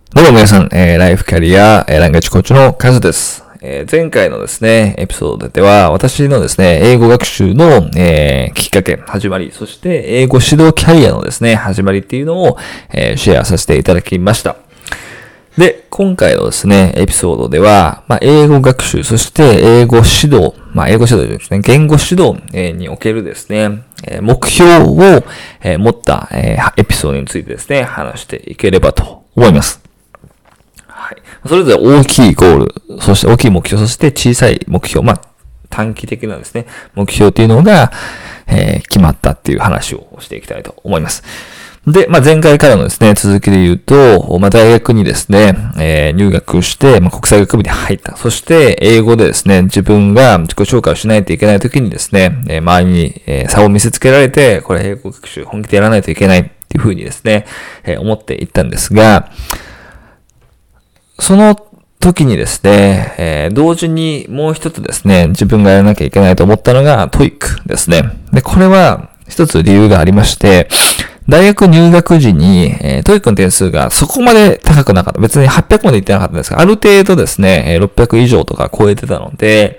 どうも皆さん、ライフキャリア、ランゲージコーチのカズです。前回のですね、エピソードでは、私のですね、英語学習の、きっかけ、始まり、そして英語指導キャリアのですね、始まりっていうのを、シェアさせていただきました。で、今回のですね、エピソードでは、英語学習、そして英語指導、英語指導ですね、言語指導、におけるですね、目標を、持った、エピソードについてですね、話していければと思います。はい。それぞれ大きいゴール、そして大きい目標、そして小さい目標、短期的なですね、目標というのが、決まったっていう話をしていきたいと思います。で、前回からのですね、続きで言うと、大学にですね、入学して、国際学部に入った。そして、英語でですね、自分が自己紹介をしないといけないときにですね、周りに、差を見せつけられて、これ英語学習本気でやらないといけないっていうふうにですね、思っていったんですが、その時にですね、同時にもう一つですね、自分がやらなきゃいけないと思ったのが TOEIC ですね。で、これは一つ理由がありまして、大学入学時に、TOEIC の点数がそこまで高くなかった。別に800までいってなかったんですが、ある程度ですね、600以上とか超えてたので、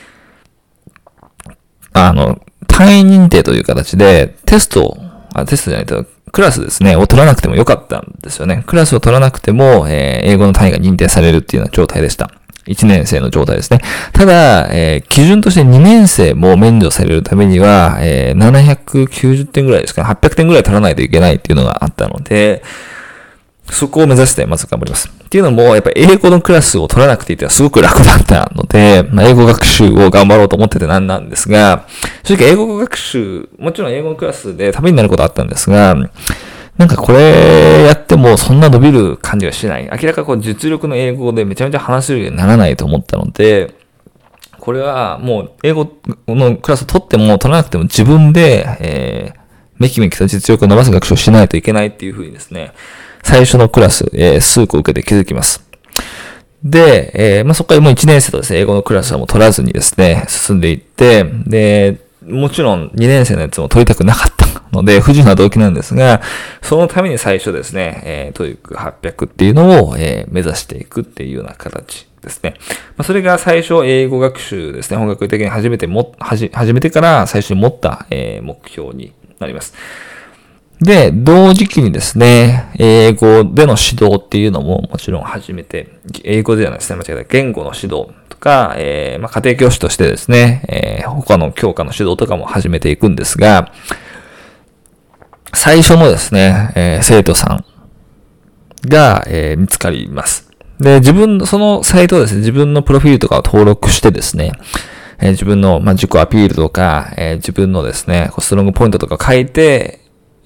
単位認定という形でテストじゃないと、クラスですね、を取らなくてもよかったんですよね。クラスを取らなくても、英語の単位が認定されるっていうような状態でした。1年生の状態ですね。ただ、基準として2年生も免除されるためには、790点ぐらいですかね、800点ぐらい取らないといけないっていうのがあったので、そこを目指してまず頑張ります。っていうのも、やっぱり英語のクラスを取らなくていいってのはすごく楽だったので、英語学習を頑張ろうと思っててなんですが、正直英語学習、もちろん英語のクラスでためになることあったんですが、これやってもそんな伸びる感じがしない。明らか実力の英語でめちゃめちゃ話せるようにならないと思ったので、これはもう英語のクラスを取っても取らなくても自分で、めきめきと実力を伸ばす学習をしないといけないっていうふうにですね、最初のクラス、数個受けて気づきます。で、そこからもう1年生とですね、英語のクラスはもう取らずにですね、進んでいって、で、もちろん2年生のやつも取りたくなかったので、不純な動機なんですが、そのために最初ですね、TOEIC800 っていうのを、目指していくっていうような形ですね。それが最初英語学習ですね、本格的に始めてから最初に持った、目標になります。で、同時期にですね、英語での指導っていうのももちろん始めて、英語ではないですね、間違えた、言語の指導とか、家庭教師としてですね、他の教科の指導とかも始めていくんですが、最初のですね、生徒さんが、見つかります。で、そのサイトをですね、自分のプロフィールとかを登録してですね、自分の、自己アピールとか、自分のですね、ストロングポイントとか書いて、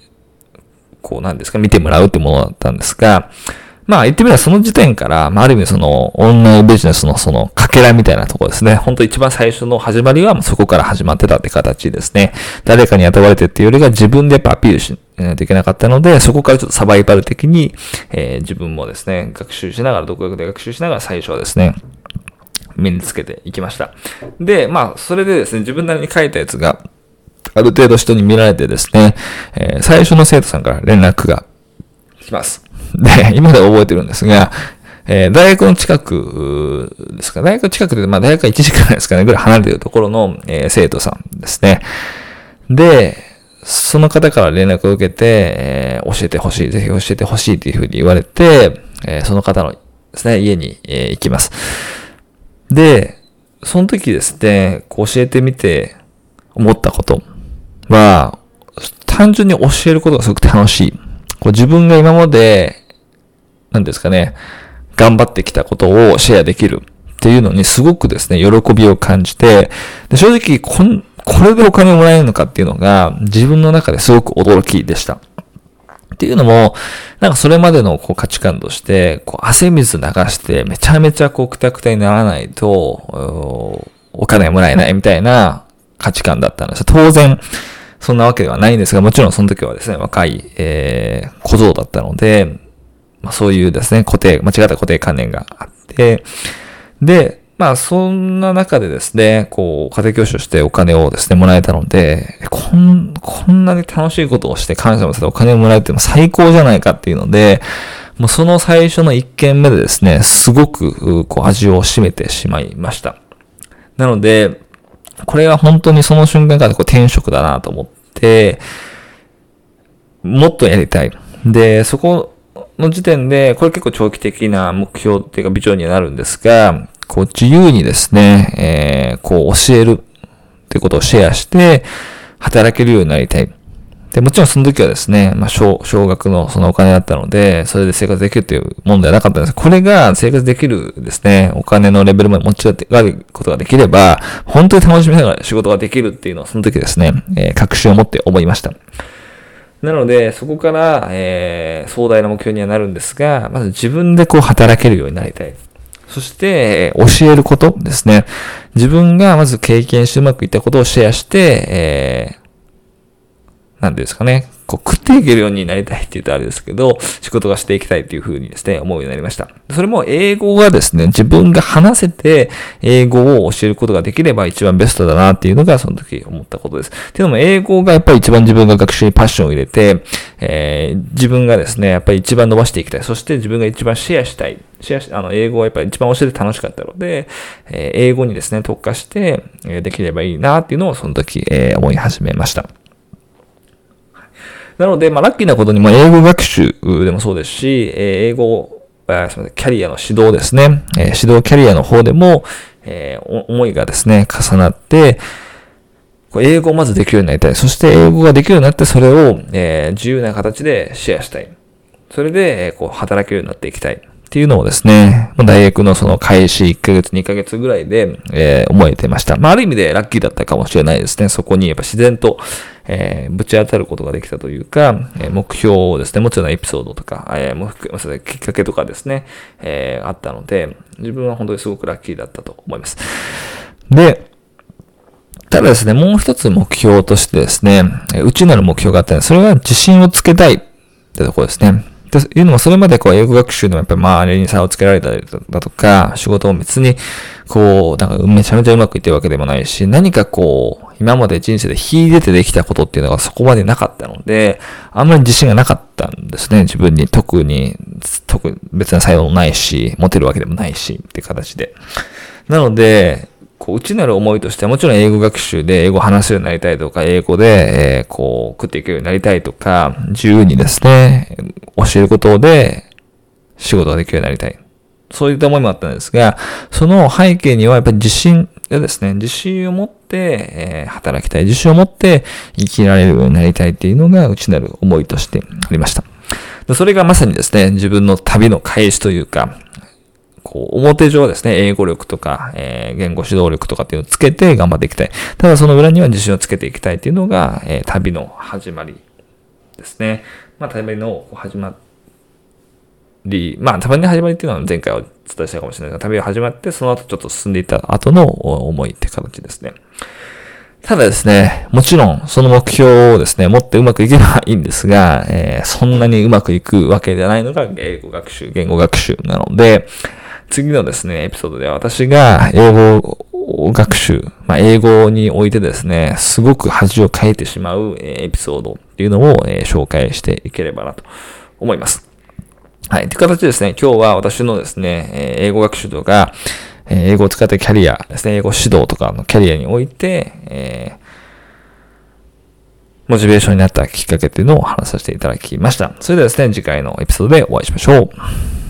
見てもらうってものだったんですが、言ってみればその時点から、ある意味オンラインビジネスのかけらみたいなところですね。本当一番最初の始まりはそこから始まってたって形ですね。誰かに雇われてっていうよりが自分でやっぱアピールしないといけなかったので、そこからちょっとサバイバル的に、自分もですね、独学で学習しながら最初はですね、身につけていきました。で、それでですね、自分なりに書いたやつが、ある程度人に見られてですね、最初の生徒さんから連絡が来ます。で、今では覚えてるんですが、大学の近くですか、大学の近くで、大学は1時間ですかね、ぐらい離れているところの、生徒さんですね。で、その方から連絡を受けて、教えてほしい、ぜひ教えてほしいというふうに言われて、その方のですね、家に、行きます。で、その時ですね、教えてみて思ったことは、単純に教えることがすごく楽しい。自分が今まで、頑張ってきたことをシェアできるっていうのにすごくですね、喜びを感じて、で正直これでお金をもらえるのかっていうのが自分の中ですごく驚きでした。っていうのも、それまでの価値観として、汗水流してめちゃめちゃくたくたにならないと、お金がもらえないみたいな価値観だったんです。当然、そんなわけではないんですが、もちろんその時はですね、若い、小僧だったので、そういうですね、間違った固定観念があって、で、そんな中でですね、家庭教師としてお金をですね、もらえたので、こんなに楽しいことをして感謝もされてお金をもらえるっていうのは最高じゃないかっていうので、 もうその最初の1件目でですね、すごく味を占めてしまいました。なので、これは本当にその瞬間から転職だなと思って、もっとやりたい。で、そこの時点で、これ結構長期的な目標っていうかビジョンになるんですが、自由にですね、教えるっていうことをシェアして、働けるようになりたい。で、もちろんその時はですね、少額のそのお金だったので、それで生活できるというものではなかったんです。これが生活できるですね、お金のレベルまで持ち上げることができれば、本当に楽しみながら仕事ができるっていうのをその時ですね、確信を持って思いました。なので、そこから、壮大な目標にはなるんですが、まず自分で働けるようになりたい。そして、教えることですね。自分がまず経験してうまくいったことをシェアして、なんですかね。食っていけるようになりたいって言うとあれですけど、仕事がしていきたいっていう風にですね、思うようになりました。それも英語がですね、自分が話せて、英語を教えることができれば一番ベストだなっていうのがその時思ったことです。っていうのも英語がやっぱり一番自分が学習にパッションを入れて、自分がですね、やっぱり一番伸ばしていきたい。そして自分が一番シェアしたい。英語はやっぱり一番教えて楽しかったので、英語にですね、特化して、できればいいなっていうのをその時、思い始めました。なので、ラッキーなことにも英語学習でもそうですし、キャリアの指導ですね。指導キャリアの方でも、思いがですね、重なって、英語をまずできるようになりたい。そして英語ができるようになって、それを、自由な形でシェアしたい。それで、働けるようになっていきたい。っていうのをですね、大学のその開始1ヶ月、2ヶ月ぐらいで、思えてました。ある意味でラッキーだったかもしれないですね。そこにやっぱ自然と、ぶち当たることができたというか、目標をですね、もちろんエピソードとか、きっかけとかですね、あったので、自分は本当にすごくラッキーだったと思います。で、ただですね、もう一つ目標としてですね、内なる目標があったので、それは自信をつけたいってところですね。というのも、それまで英語学習でもやっぱり周りに差をつけられたりだとか、仕事も別に、めちゃめちゃうまくいってるわけでもないし、何か今まで人生で秀でてできたことっていうのがそこまでなかったので、あんまり自信がなかったんですね。自分に特に別な才能もないし、持てるわけでもないし、っていう形で。なので、内なる思いとしてはもちろん英語学習で英語を話せるようになりたいとか、英語で、食っていけるようになりたいとか、自由にですね、教えることで仕事ができるようになりたい。そういった思いもあったんですが、その背景にはやっぱり自信がですね、自信を持って、働きたい、自信を持って生きられるようになりたいっていうのが内なる思いとしてありました。それがまさにですね、自分の旅の開始というか、表上はですね、英語力とか、言語指導力とかっていうのをつけて頑張っていきたい。ただその裏には自信をつけていきたいっていうのが、旅の始まりですね。旅の始まり、旅の始まりっていうのは前回お伝えしたかもしれないが、旅が始まって、その後ちょっと進んでいった後の思いって形ですね。ただですね、もちろんその目標をですね、持ってうまくいけばいいんですが、そんなにうまくいくわけではないのが言語学習なので、次のですね、エピソードでは私が英語学習、英語においてですね、すごく恥をかいてしまうエピソードっていうのを紹介していければなと思います。はい。という形でですね、今日は私のですね、英語学習とか、英語を使ったキャリアですね、英語指導とかのキャリアにおいて、モチベーションになったきっかけっていうのを話させていただきました。それではですね、次回のエピソードでお会いしましょう。